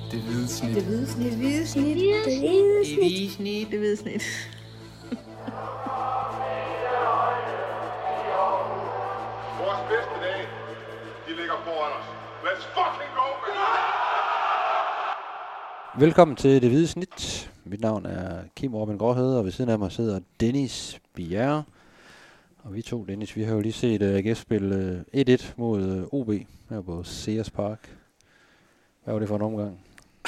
Det hvide snit. Det hvide snit. Det hvide snit. Det hvide snit. Det hvide snit. Det hvide snit. Vores bedste dage, de ligger foran os. Let's fucking go, man! Velkommen til Det Hvide Snit. Mit navn er Kim Robin Gråhede, og ved siden af mig sidder Dennis Bjerre. Og vi to, Dennis, vi har jo lige set AGF spille 1-1 mod OB her på Sears Park. Hvad var det for en omgang?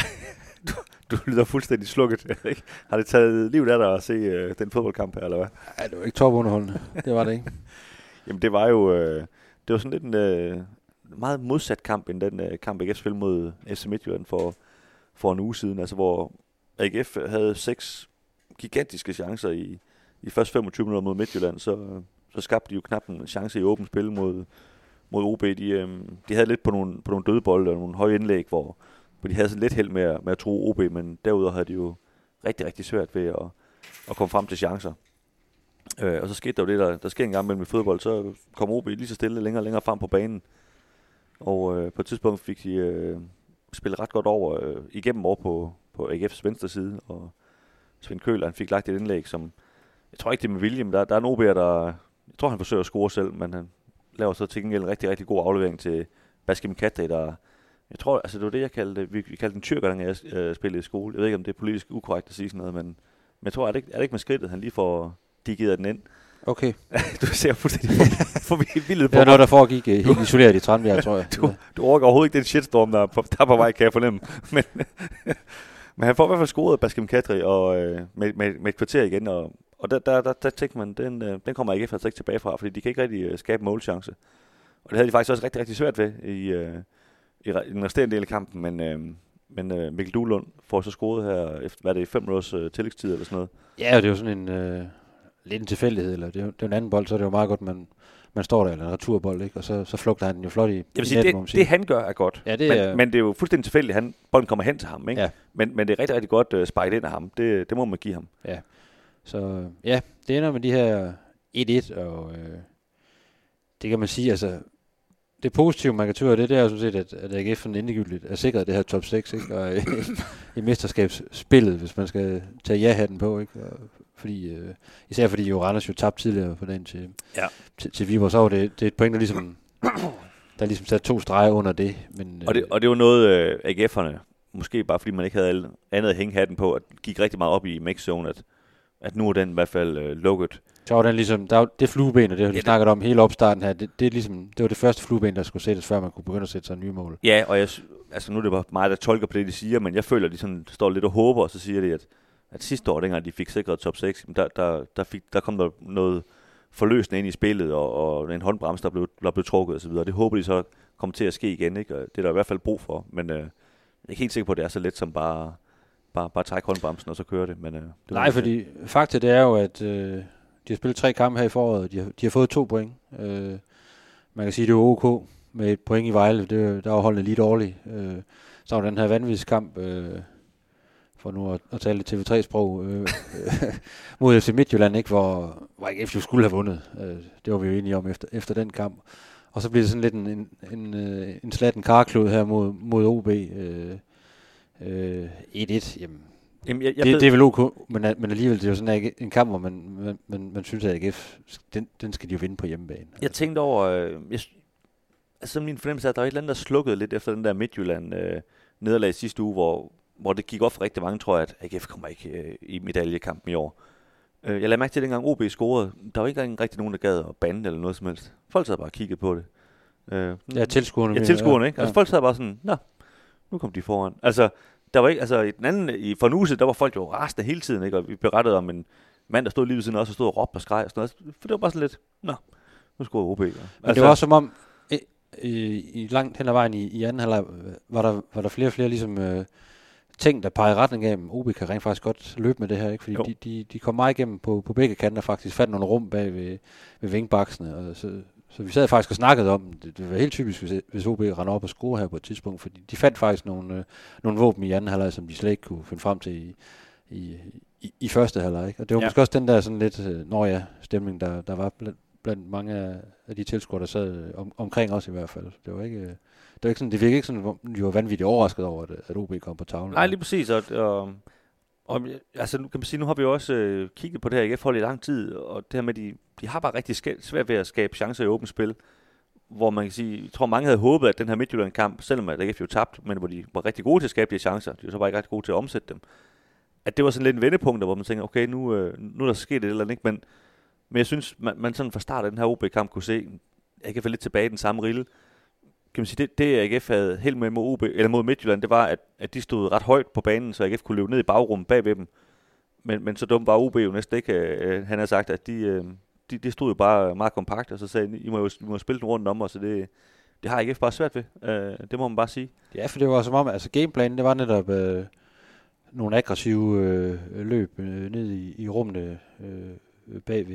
Du lyder fuldstændig slukket, ikke? Har det taget livet af dig at se den fodboldkamp her, eller hvad? Nej, det var ikke topunderholdende. Det var det ikke. Jamen, det var jo det var sådan lidt en meget modsat kamp, end den kamp, AGF spillede mod FC Midtjylland for en uge siden. Altså, hvor AGF havde 6 gigantiske chancer i første 25 minutter mod Midtjylland, så skabte de jo knap en chance i åbent spil mod OB. De havde lidt på nogle dødbolde og nogle høje indlæg, hvor de havde sådan lidt held med at tro OB, men derudover havde de jo rigtig, rigtig svært ved at komme frem til chancer. Og så skete der jo det, der sker en gang mellem i fodbold, så kom OB lige så stille længere og længere frem på banen. Og på et tidspunkt fik de spillet ret godt over igennem over på AGF's venstre side, og Svend Køhl, han fik lagt et indlæg, som jeg tror ikke det er med vilje, men der er en OB'er, jeg tror han forsøger at score selv, men han laver så til gengæld en rigtig, rigtig god aflevering til Baskim Kadri, der jeg tror, altså det var det, jeg kaldte, vi kaldte den tyrker, da jeg spillede i skole. Jeg ved ikke, om det er politisk ukorrekt at sige sådan noget, men jeg tror, er det ikke med skridtet, han lige får digget den ind. Okay. Du ser fuldstændig forvildet på det var noget, der foregik helt isoleret i Tranbjerg, tror jeg. Du orker overhovedet ikke den shitstorm, der er på vej, kan jeg fornemme. Men han får i hvert fald scoret Baskim Kadri og med et kvarter igen, og der tænkte man, den kommer AGF altså ikke tilbage fra, fordi de kan ikke rigtig skabe målchance. Og det havde de faktisk også rigtig, rigtig svært ved i den resterende del af kampen, men Mikkel Duelund får så scoret her efter, hvad er det, i 5 minutters tillægstid eller sådan noget. Ja, det er jo sådan en lidt en tilfældighed, eller det er jo en anden bold, så er det jo meget godt, man står der, eller en returbold, ikke? Og så flugter han den jo flot i. Jeg vil sige, det han gør er godt, ja, men det er jo fuldstændig tilfældigt, bolden kommer hen til ham, ikke? Ja. Men det er rigtig, rigtig godt sparket ind af ham, det må man give ham. Ja, så ja, det ender med de her 1-1, og det kan man sige, altså det positive, man kan tøve, det er jo sådan set, at AGF endegyldigt er sikret det her top 6, ikke? Og i mesterskabsspillet, hvis man skal tage ja-hatten på, ikke? Og især fordi jo Randers jo tabte tidligere på dagen til Viborg, så var det et point, der ligesom sat 2 streger under det. Men, og det var noget AGF'erne, måske bare fordi man ikke havde andet at hænge hatten på, at gik rigtig meget op i mix-zone, at nu er den i hvert fald lukket. Så var den ligesom, det flueben, og det har vi snakket om hele opstarten her, det var det første flueben, der skulle sættes, før man kunne begynde at sætte sig nye mål. Ja, og nu er det bare mig, der tolker på det, de siger, men jeg føler, at de sådan står lidt og håber, og så siger de, at sidste år, dengang de fik sikret top 6, der kom der noget forløsende ind i spillet, og en håndbremse, der blev trukket osv., og det håber de så kommer til at ske igen, ikke? Og det er der i hvert fald brug for, men jeg er ikke helt sikker på, at det er så let som bare trække håndbremsen, og så kører det. Men, nej, fordi fakta det er jo, at de har spillet 3 kampe her i foråret, de har fået 2 point. Man kan sige, det er OK med et point i Vejle, der var holdene lige dårligt. Så var den her vanvidskamp, for nu at tale lidt TV3-sprog, mod FC Midtjylland, ikke, hvor AGF jo skulle have vundet. Det var vi jo enige om efter den kamp. Og så bliver det sådan lidt en slatten karklud her mod OB. 1-1, jamen det er vel OK, men alligevel det er jo sådan en kamp, hvor man synes, at AGF, den skal de jo vinde på hjemmebane. Jeg tænkte over, altså min fornemmelse er, at der var et eller andet, der slukkede lidt efter den der Midtjylland nederlag sidste uge, hvor det gik op for rigtig mange, tror jeg, at AGF kommer ikke i medaljekampen i år. Jeg lagde mærke til, at dengang OB scorede, der var ikke rigtig nogen, der gad at bande eller noget som helst. Folk sad bare og kiggede på det. Ja, tilskuerne. Ja, tilskuerne, ikke? Altså folk sad bare sådan, nu kom de foran. Altså, der var ikke, altså i den anden, for en uge siden, der var folk jo rasende hele tiden, ikke? Og vi berettede om en mand, der stod lige ved siden også og stod og råbte og skreg og sådan noget. For det var bare sådan lidt, nu skulle OB. Men det var også som om, i langt hen ad vejen i anden halvleg, var der flere og flere ligesom ting, der peger i retning af, OB kan rent faktisk godt løbe med det her, ikke? Fordi de kom meget igennem på begge kanter faktisk, fandt nogle rum bag ved vingbaksene, og så vi sad faktisk og snakkede om, det var helt typisk, hvis OB render op og score her på et tidspunkt, fordi de fandt faktisk nogle våben i anden halvleg, som de slet ikke kunne finde frem til i første halvleg, ikke? Og det var måske også den der sådan lidt, stemning, der var blandt mange af de tilskuere, der sad omkring os i hvert fald. Det var ikke sådan, det virkede ikke sådan, at de var vanvittigt overrasket over, at OB kom på tavlen. Nej, lige præcis. Og altså, nu kan man sige, nu har vi jo også kigget på det her AGF-hold i lang tid, og det her med, de har bare rigtig svært ved at skabe chancer i åbent spil, hvor man kan sige, jeg tror mange havde håbet, at den her Midtjylland-kamp, selvom at AGF jo tabt, men hvor de var rigtig gode til at skabe de chancer, de var så bare ikke rigtig gode til at omsætte dem, at det var sådan lidt en vendepunkt, hvor man tænker, okay, nu er der sket et eller andet, ikke? Men jeg synes, man sådan fra start af den her OB-kamp kunne se, at AGF er lidt tilbage i den samme rille. Kan man sige, det AGF havde helt med OB, eller mod Midtjylland, det var, at de stod ret højt på banen, så AGF kunne løbe ned i bagrummet bagved dem. Men så dumt var OB jo næsten ikke. Han har sagt, at de stod jo bare meget kompakt, og så sagde, I må spille den rundt om os, så det har AGF bare svært ved. Det må man bare sige. Ja, for det var som om, altså gameplanen, det var netop nogle aggressive løb ned i rummene bag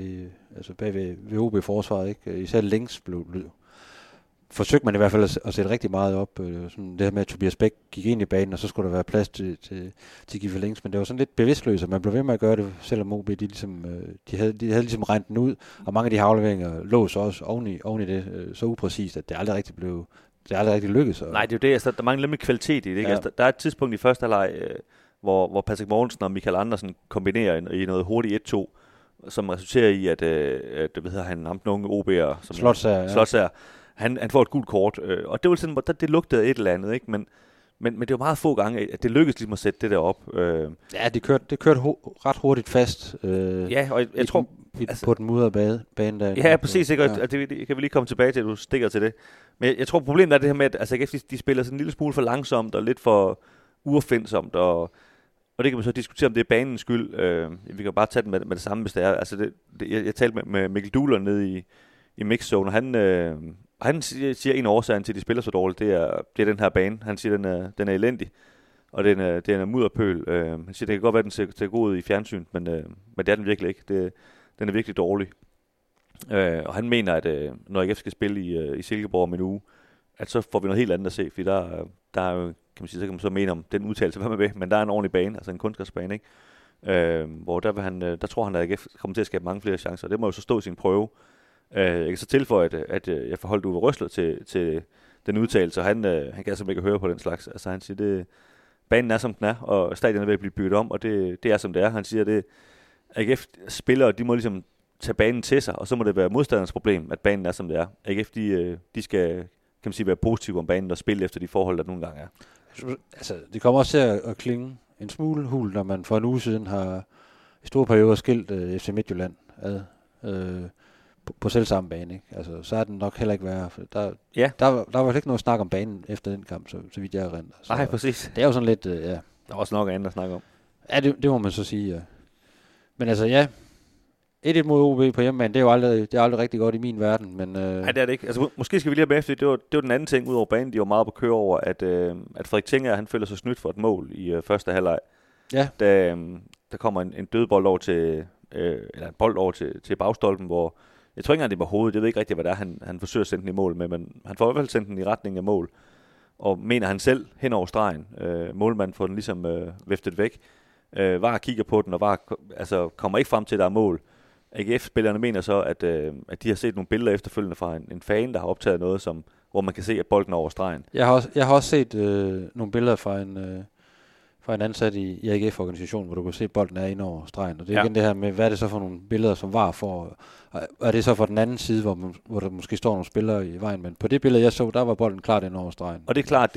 ved OB-forsvaret, ikke? Især længs blev forsøgte man i hvert fald at sætte rigtig meget op. Sådan det her med, at Tobias Bæk gik ind i banen, og så skulle der være plads til Giffer Links, men det var sådan lidt bevidstløst, at man blev ved med at gøre det, selvom OB de havde ligesom regnet den ud, og mange af de her afleveringer lå så også oven i det så upræcist, at det aldrig rigtig lykkedes. Nej, det er jo det, altså, der mangler lidt kvalitet i det, ikke? Ja. Altså, der er et tidspunkt i første halvleg, hvor Patrick Mogensen og Michael Andersen kombinerer i noget hurtigt 1-2, som resulterer i, at hvad hedder han, den unge OB'er, som Slotsager, han får et gult kort, og det var sådan, det lugtede et eller andet, ikke? Men det var meget få gange, at det lykkedes ligesom at sætte det der op. Ja, det kørte ret hurtigt fast. Ja, og jeg tror på den mudrede bane der. Ja, præcis, ikke? Og det kan vi lige komme tilbage til, at du stikker til det. Men jeg tror, problemet er det her med, at altså, de spiller sådan en lille smule for langsomt og lidt for uopfindsomt, og det kan man så diskutere, om det er banens skyld. Vi kan bare tage den med det samme, hvis det er. Altså, jeg talte med Mikkel Duhler nede i mixzone, og han siger, en af årsagen til, at de spiller så dårligt, det er den her bane. Han siger, den er elendig, og den er mudderpøl. Han siger, det kan godt være, at den ser god ud i fjernsyn, men det er den virkelig ikke. Den er virkelig dårlig. Og han mener, at når AGF skal spille i Silkeborg om en uge, at så får vi noget helt andet at se, fordi der er jo, kan man sige, så kan man så mene om den udtalelse, hvad man vil, men der er en ordentlig bane, altså en kunstgræsbane, ikke? Hvor der tror han, at AGF kommer til at skabe mange flere chancer. Det må jo så stå i sin prøve. Jeg kan så tilføje, at jeg forholdt Uwe Røsler til den udtalelse, og han kan simpelthen ikke høre på den slags. Altså han siger, banen er som den er, og stadion er ved at blive bygget om, og det er som det er. Han siger, at AGF-spillere, de må ligesom tage banen til sig, og så må det være modstanderens problem, at banen er som det er. AGF, de skal, kan man sige, være positive om banen og spille efter de forhold, der nogle gange er. Altså, det kommer også til at klinge en smule hul, når man for en uge siden har i store perioder skilt FC Midtjylland ad på selv samme bane, ikke? Altså, så er den nok heller ikke værre. Der var ikke noget snak om banen efter den kamp, så vidt jeg erindrer. Nej, præcis. Det er jo sådan lidt, ja. Der er også nok andet at snakke om. Ja, det må man så sige, ja. Men altså, ja. 1-1 mod OB på hjemmebane, det er jo aldrig rigtig godt i min verden, men... Nej, det er det ikke. Altså, måske skal vi lige have med efter, det var den anden ting ud over banen, de var meget på køre over, at Frederik Tinger, han føler sig snydt for et mål i første halvleg. Ja. Der kommer en dødbold over til... eller en bold over til bagstolpen, hvor... Jeg tror ikke engang, det var hovedet. Jeg ved ikke rigtig, hvad det er, han forsøger at sende den i mål med, men han får i hvert fald sendt den i retning af mål. Og mener han selv hen over stregen. Målmanden får den ligesom viftet væk. VAR kigger på den, og VAR kommer ikke frem til, at der er mål. AGF-spillerne mener så, at de har set nogle billeder efterfølgende fra en fan, der har optaget noget, hvor man kan se, at bolden er over stregen. Jeg har også set nogle billeder fra en ansat i AGF-organisationen, hvor du kan se, at bolden er inde over stregen. Og det er igen det her med, hvad er det så for nogle billeder, som VAR får? Og er det så fra den anden side, hvor der måske står nogle spillere i vejen? Men på det billede, jeg så, der var bolden klart inde over stregen. Og det er klart,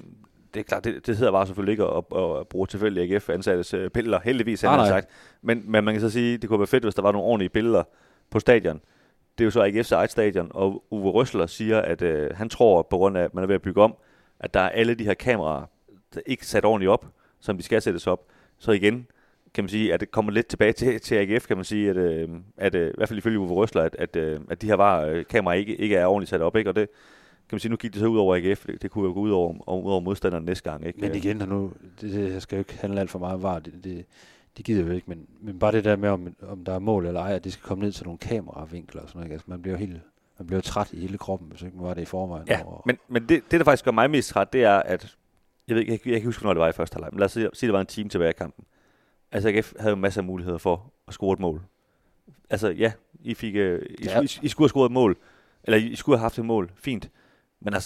det hedder VAR selvfølgelig ikke at bruge tilfældige AGF-ansattes billeder. Heldigvis, han har sagt. Men man kan så sige, det kunne være fedt, hvis der var nogle ordentlige billeder på stadion. Det er jo så AGF's eget stadion, og Uwe Røsler siger, at han tror, på grund af, at man er ved at bygge om, at der er alle de her kameraer, der ikke sat ordentligt op, som de skal sættes op. Så igen, kan man sige, at det kommer lidt tilbage til AGF, kan man sige, at i hvert fald ifølge Uwe Røsler, at de her kameraer ikke er ordentligt sat op, ikke? Og det kan man sige, nu gik det så ud over AGF, det kunne jo gå ud over modstanderen næste gang, ikke? Men igen, nu, det skal jo ikke handle alt for meget VAR, det gider jo ikke, men bare det der med, om der er mål eller ej, at det skal komme ned til nogle kameravinkler og sådan noget, altså man bliver træt i hele kroppen, hvis ikke man var det i forvejen. Ja, men det, der faktisk gør mig mest træt, det er, at jeg kan huske, hvornår det var i første halvleg, men lad os sige, det var en time tilbage i kampen. Altså, AGF havde jo masser af muligheder for at score et mål. Altså, ja, I skulle have scoret et mål, eller I skulle have haft et mål, fint. Men altså,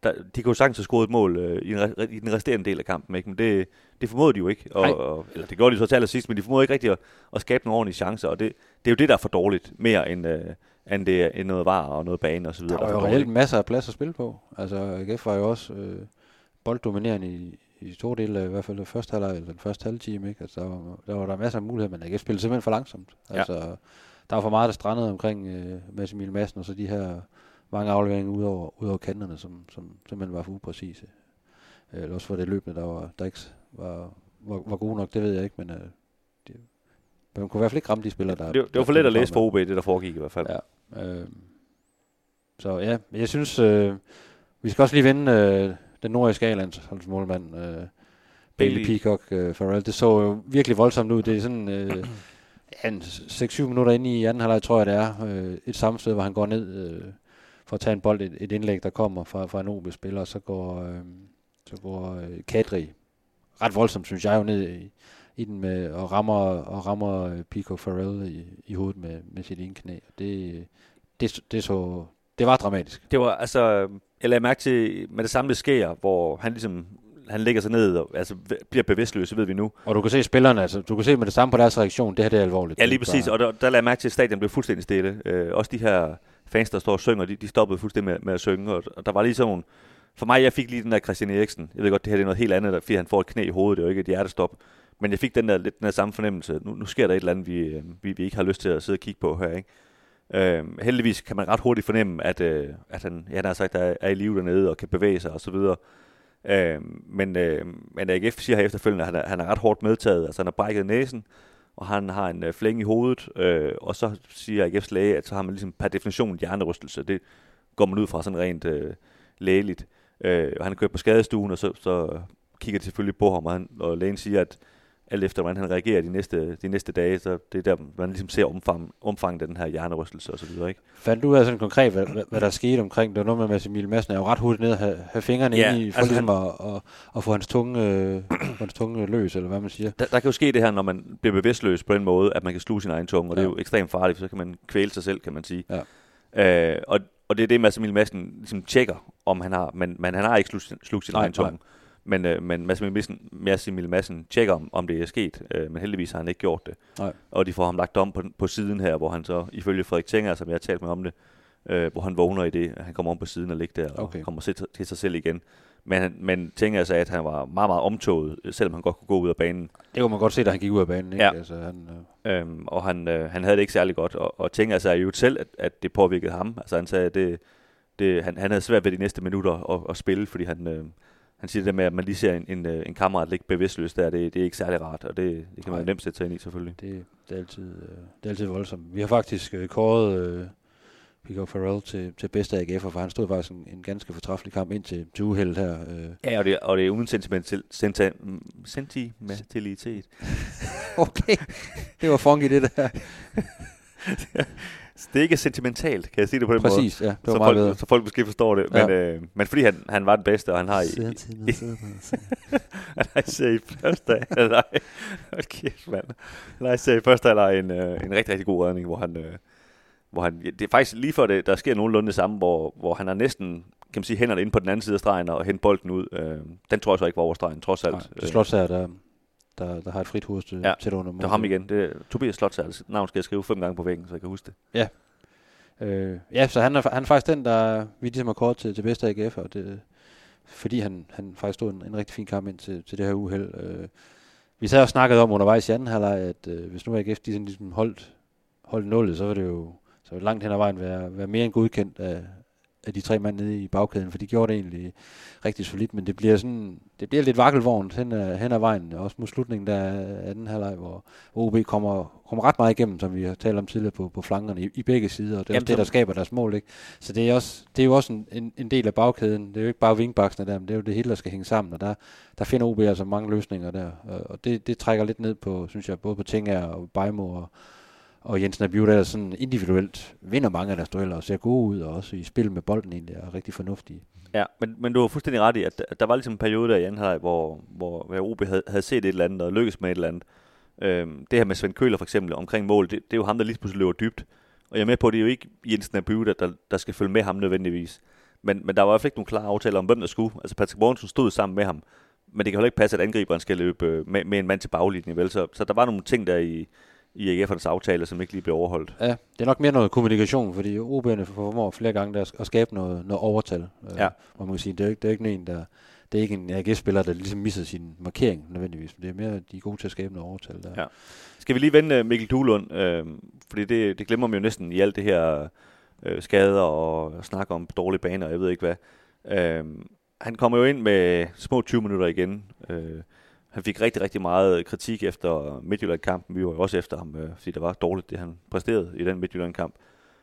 de kunne jo sagtens have scoret et mål i den resterende del af kampen, ikke? Men det formåede de jo ikke. Eller det gjorde de så til allersidst, men de formåede ikke rigtig at skabe nogle ordentlige chancer, og det er jo det, der er for dårligt, mere end det er noget var og noget bane og så videre. Der var jo reelt masser af plads at spille på. Altså, AGF var jo også bolddominerende i store dele af i hvert fald den første halvleg, eller den første halve time, ikke? Altså, der var masser af muligheder, men AGF spillede simpelthen for langsomt. Altså, der var for meget, der strandede omkring Mads Emil Madsen, og så de her mange afleveringer ud over kanterne, som simpelthen var for upræcise. Eller også var det løbende, der ikke var gode nok, det ved jeg ikke, men man kunne i hvert fald ikke ramme de spillere, der... Det var for let at læse for OB, det der foregik i hvert fald. Ja, så ja, jeg synes, vi skal også lige vende den nordjyske A-landsholdsmålmand, Bailey Peacock Farrell. Det så jo virkelig voldsomt ud. Det er sådan 6-7 minutter inde i anden halvleg, tror jeg det er. Et sammenstød, hvor han går ned for at tage en bold, et indlæg, der kommer fra en OB-spiller, og så går Kadri ret voldsomt, synes jeg, jo ned i den med, og rammer Peacock Farrell i hovedet med sit ene knæ. Det var dramatisk. Det var altså, jeg lagde mærke til med det samme, det sker, hvor han lægger sig ned og altså bliver bevidstløs, ved vi nu. Og du kan se spillerne, altså du kan se med det samme på deres reaktion, det her det er alvorligt. Ja, lige præcis, og der lagde jeg mærke til, at stadion blev fuldstændig stille. Også de her fans, der står og synger, de stoppede fuldstændig med at synge, og der var lige sådan nogle, for mig, jeg fik lige den der Christian Eriksen. Jeg ved godt, det her det er noget helt andet, fordi han får et knæ i hovedet, det er jo ikke et hjertestop. Men jeg fik den der samme fornemmelse. Nu sker der et eller andet, vi ikke har lyst til at sidde og kigge på her, ikke? Heldigvis kan man ret hurtigt fornemme, at han har sagt, at er i live dernede og kan bevæge sig og så videre. Men AGF siger her efterfølgende, at han er ret hårdt medtaget. Altså han har brækket næsen, og han har en flænge i hovedet. Og så siger AGF's læge, at så har man ligesom per definition hjernerystelse. Det går man ud fra sådan rent lægeligt. Og han kører på skadestuen, og så kigger de selvfølgelig på ham, og lægen siger, at alt efter, hvordan han reagerer de næste dage, så det er der, man ligesom ser omfanget af den her hjernerystelse og så videre, ikke? Fandt du sådan konkret, hvad der skete omkring? Det var noget med Mads Emil Madsen, er jo ret hurtigt ned at have fingrene inde i, for altså ligesom at få hans tunge løs, eller hvad man siger. Der kan jo ske det her, når man bliver bevidstløs på den måde, at man kan sluge sin egen tunge, og det er jo ekstremt farligt, for så kan man kvæle sig selv, kan man sige. Ja. Og det er det, Mads Emil Madsen ligesom tjekker, om han har, men han har ikke slugt sin egen tunge. Men Mads Emil Madsen tjekker, om det er sket, men heldigvis har han ikke gjort det. Nej. Og de får ham lagt om på siden her, hvor han så, ifølge Frederik Tenger, som jeg har talt med om det, hvor han vågner i det, han kommer om på siden og ligger der, og kommer til sig selv igen. Men Tenger sagde, at han var meget, meget omtoget, selvom han godt kunne gå ud af banen. Det kunne man godt se, da han gik ud af banen, ikke? Ja. Altså, og han havde det ikke særlig godt, og Tenger sagde jo selv, at det påvirkede ham. Altså han sagde, at han havde svært ved de næste minutter at spille, fordi han siger det med, at man lige ser en kammerat ligge bevidstløs der, det er ikke særlig rart, og det kan man jo nemt sætte sig ind i, selvfølgelig. Det er altid voldsomt. Vi har faktisk kåret Peacock Farrell til bedste AGF'er, for han stod faktisk en ganske fortræffelig kamp ind til uheldet her. Ja, og det er uden sentimentalitet. Okay, det var funky det der. Det er ikke sentimentalt, kan jeg sige det på den måde. Præcis, ja. Det var meget bedre. Så folk måske forstår det. Ja. Men fordi han var den bedste, og han har i første halvleg en rigtig, rigtig god redning, hvor han det er faktisk lige før det, der sker nogenlunde det samme, hvor han har næsten, kan man sige, hænderne inde på den anden side af stregen og hente bolden ud. Den tror jeg så ikke var over stregen, trods alt. Nej, det Slotsager, der har et frit hoved til under. Det er ham igen. Det er Tobias Slotsager. Navn skal jeg skrive 5 gange på væggen, så jeg kan huske det. Ja. Så han er faktisk den, der vi ligesom har kort til bedste AGF, og det, fordi han faktisk stod en rigtig fin kamp ind til det her uheld. Vi sad og snakkede om undervejs i anden halvleg, at hvis nu AGF de sådan ligesom holdt nullet, så var det jo så langt hen ad vejen være mere end godkendt af de 3 mand nede i bagkæden, for de gjorde det egentlig rigtig solidt, men det bliver lidt vakkelvognt hen ad vejen, også mod slutningen af den halvleg, hvor OB kommer ret meget igennem, som vi har talt om tidligere på flankerne i begge sider, og det er også det, der skaber deres mål, ikke? Så det er jo også en del af bagkæden. Det er jo ikke bare wingbacksene der, men det er jo det hele, der skal hænge sammen, og der finder OB altså mange løsninger der, og det trækker lidt ned på, synes jeg, både på Tenger og Bejmo og Jensen Abiu, der sådan individuelt vinder mange af deres dueller og ser gode ud, og også i spil med bolden egentlig er rigtig fornuftige. Ja, men du har fuldstændig ret i, at der var ligesom en periode der i anden halvleg, hvor OB havde set et eller andet og lykkes med et eller andet. Det her med Svend Køhler for eksempel omkring mål, det er jo ham, der lige pludselig løber dybt. Og jeg er med på, at det er jo ikke Jensen Abiu, der skal følge med ham nødvendigvis. Men der var i hvert fald ikke nogen klare aftaler om, hvem der skulle. Altså Patrick Mortensen stod sammen med ham, men det kan heller ikke passe, at angriberen skal løbe med en mand til baglinjen, vel? Så der var nogle ting der i AGF'ernes aftale, som ikke lige blev overholdt. Ja, det er nok mere noget kommunikation, fordi OB'erne formår flere gange der at skabe noget overtal. Hvor man kan sige, det er ikke en, det er ikke en AGF-spiller, der ligesom misser sin markering nødvendigvis. Det er mere, de er gode til at skabe noget overtal der. Ja. Skal vi lige vende Mikkel Duelund, fordi det glemmer man jo næsten i alt det her skader og snakker om dårlige baner, og jeg ved ikke hvad. Han kommer jo ind med små 20 minutter igen. Han fik rigtig, rigtig meget kritik efter Midtjylland-kampen. Vi var jo også efter ham, fordi det var dårligt, det han præsterede i den Midtjylland-kamp.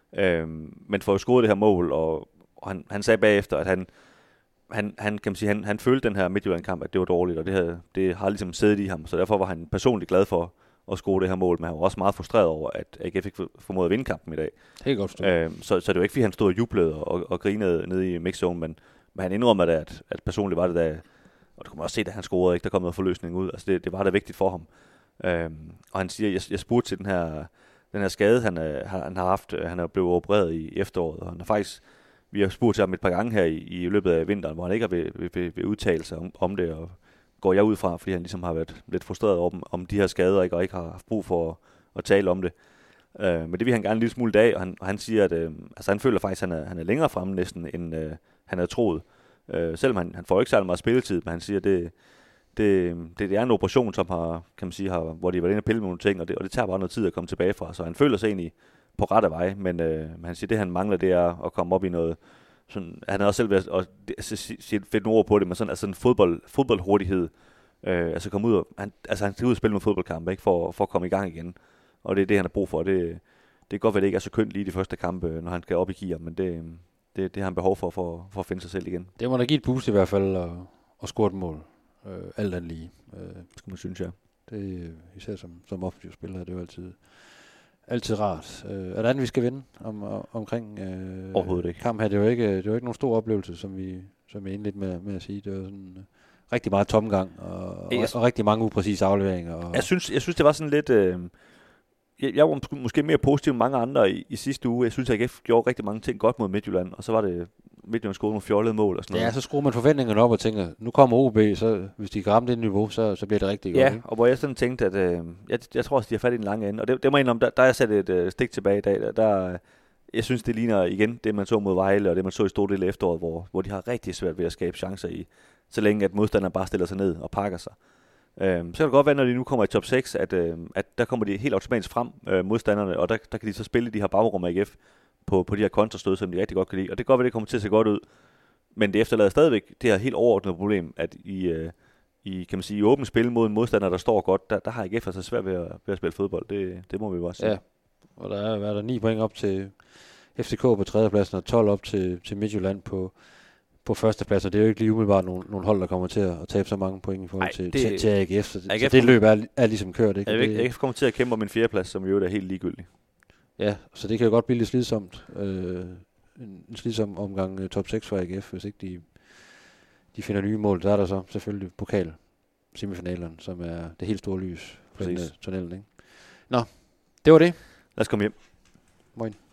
Men for at score det her mål, og han sagde bagefter, at han kan man sige, han følte den her Midtjylland-kamp, at det var dårligt, og det har ligesom siddet i ham, så derfor var han personligt glad for at score det her mål, men han var også meget frustreret over, at AGF ikke formåede at vinde kampen i dag. Det kan godt så det var ikke, fordi han stod og jublede og grinede nede i mixzone, men han indrømmer da, at personligt var det da, og det kunne man også se, da han scorede, ikke der kom noget forløsning ud. Altså det var da vigtigt for ham. Og han siger, jeg spurgte til den her skade, han har haft. Han er blevet opereret i efteråret, og han har faktisk, vi har spurgt til ham et par gange her i løbet af vinteren, hvor han ikke har vil udtale sig om det, og går jeg ud fra, fordi han ligesom har været lidt frustreret om de her skader, ikke, og ikke har haft brug for at tale om det. Men det vil han gerne en lille smule i dag, og han siger, at han føler faktisk, at han er længere fremme næsten, end han havde troet. Selvom han får ikke særlig meget spilletid, men han siger, at det er en operation, som har, kan man sige, hvor de har været inde og pille med nogle ting, og det tager bare noget tid at komme tilbage fra, så han føler sig egentlig på rette vej, men han siger, det han mangler, det er at komme op i noget, sådan, han har også selv været, og sige fedt ord på det, men sådan, altså en fodboldhurtighed, altså komme ud og, han skal ud og spille med fodboldkampe, ikke, for at komme i gang igen, og det er det, han har brug for. Det kan godt være, det ikke er så kønt lige de første kampe, når han skal op i gear, men det har han behov for at finde sig selv igen. Det må da give et boost i hvert fald at score et mål. Alt andet lige. Skal man synes, ja. Det især som offensiv spiller, det er jo altid rart. Er der andet, vi skal vinde omkring overhovedet ikke. Kamp her? Det var ikke nogen stor oplevelse, som jeg indledte med at sige. Det var sådan rigtig meget tomgang og rigtig mange upræcise afleveringer. Og jeg synes, det var sådan lidt. Jeg var måske mere positiv end mange andre i sidste uge. Jeg synes, at AGF gjorde rigtig mange ting godt mod Midtjylland, og så var det Midtjylland scorede nogle fjollede mål og sådan noget. Ja, så skruer man forventningerne op og tænker, nu kommer OB, så hvis de kan ramme det niveau, så bliver det rigtig godt. Ja, og hvor jeg sådan tænkte, at jeg tror også, de har fat i den lange ende. Og det må jeg indrømme, der er jeg sat et stik tilbage i dag. Jeg synes, det ligner igen det, man så mod Vejle, og det, man så i store dele af efteråret, hvor de har rigtig svært ved at skabe chancer i, så længe at modstanderen bare stiller sig ned og pakker sig. Så kan det godt være, når de nu kommer i top 6, at der kommer de helt automatisk frem, modstanderne, og der kan de så spille de her bagrum af AGF på de her kontrastød, som de rigtig godt kan lide. Og det kan godt være, det kommer til at se godt ud, men det efterlader stadigvæk det her helt overordnede problem, at kan man sige, i åbent spil mod en modstander, der står godt, der har AGF altså svært ved at spille fodbold. Det må vi bare sige. Ja, og der er 9 point op til FCK på 3. pladsen, og 12 op til Midtjylland på førsteplads, og det er jo ikke lige umiddelbart nogle hold, der kommer til at tabe så mange point i forhold til AGF, så det løb er ligesom kørt. Ikke? AGF kommer til at kæmpe om en 4. plads, som jo er helt ligegyldig. Ja, så det kan jo godt blive lidt slidsomt. En slidsom omgang top 6 for AGF, hvis ikke de finder nye mål. Der er der så selvfølgelig pokal semifinalerne, som er det helt store lys for den tunnelen. Ikke? Nå, det var det. Lad os komme hjem. Moin.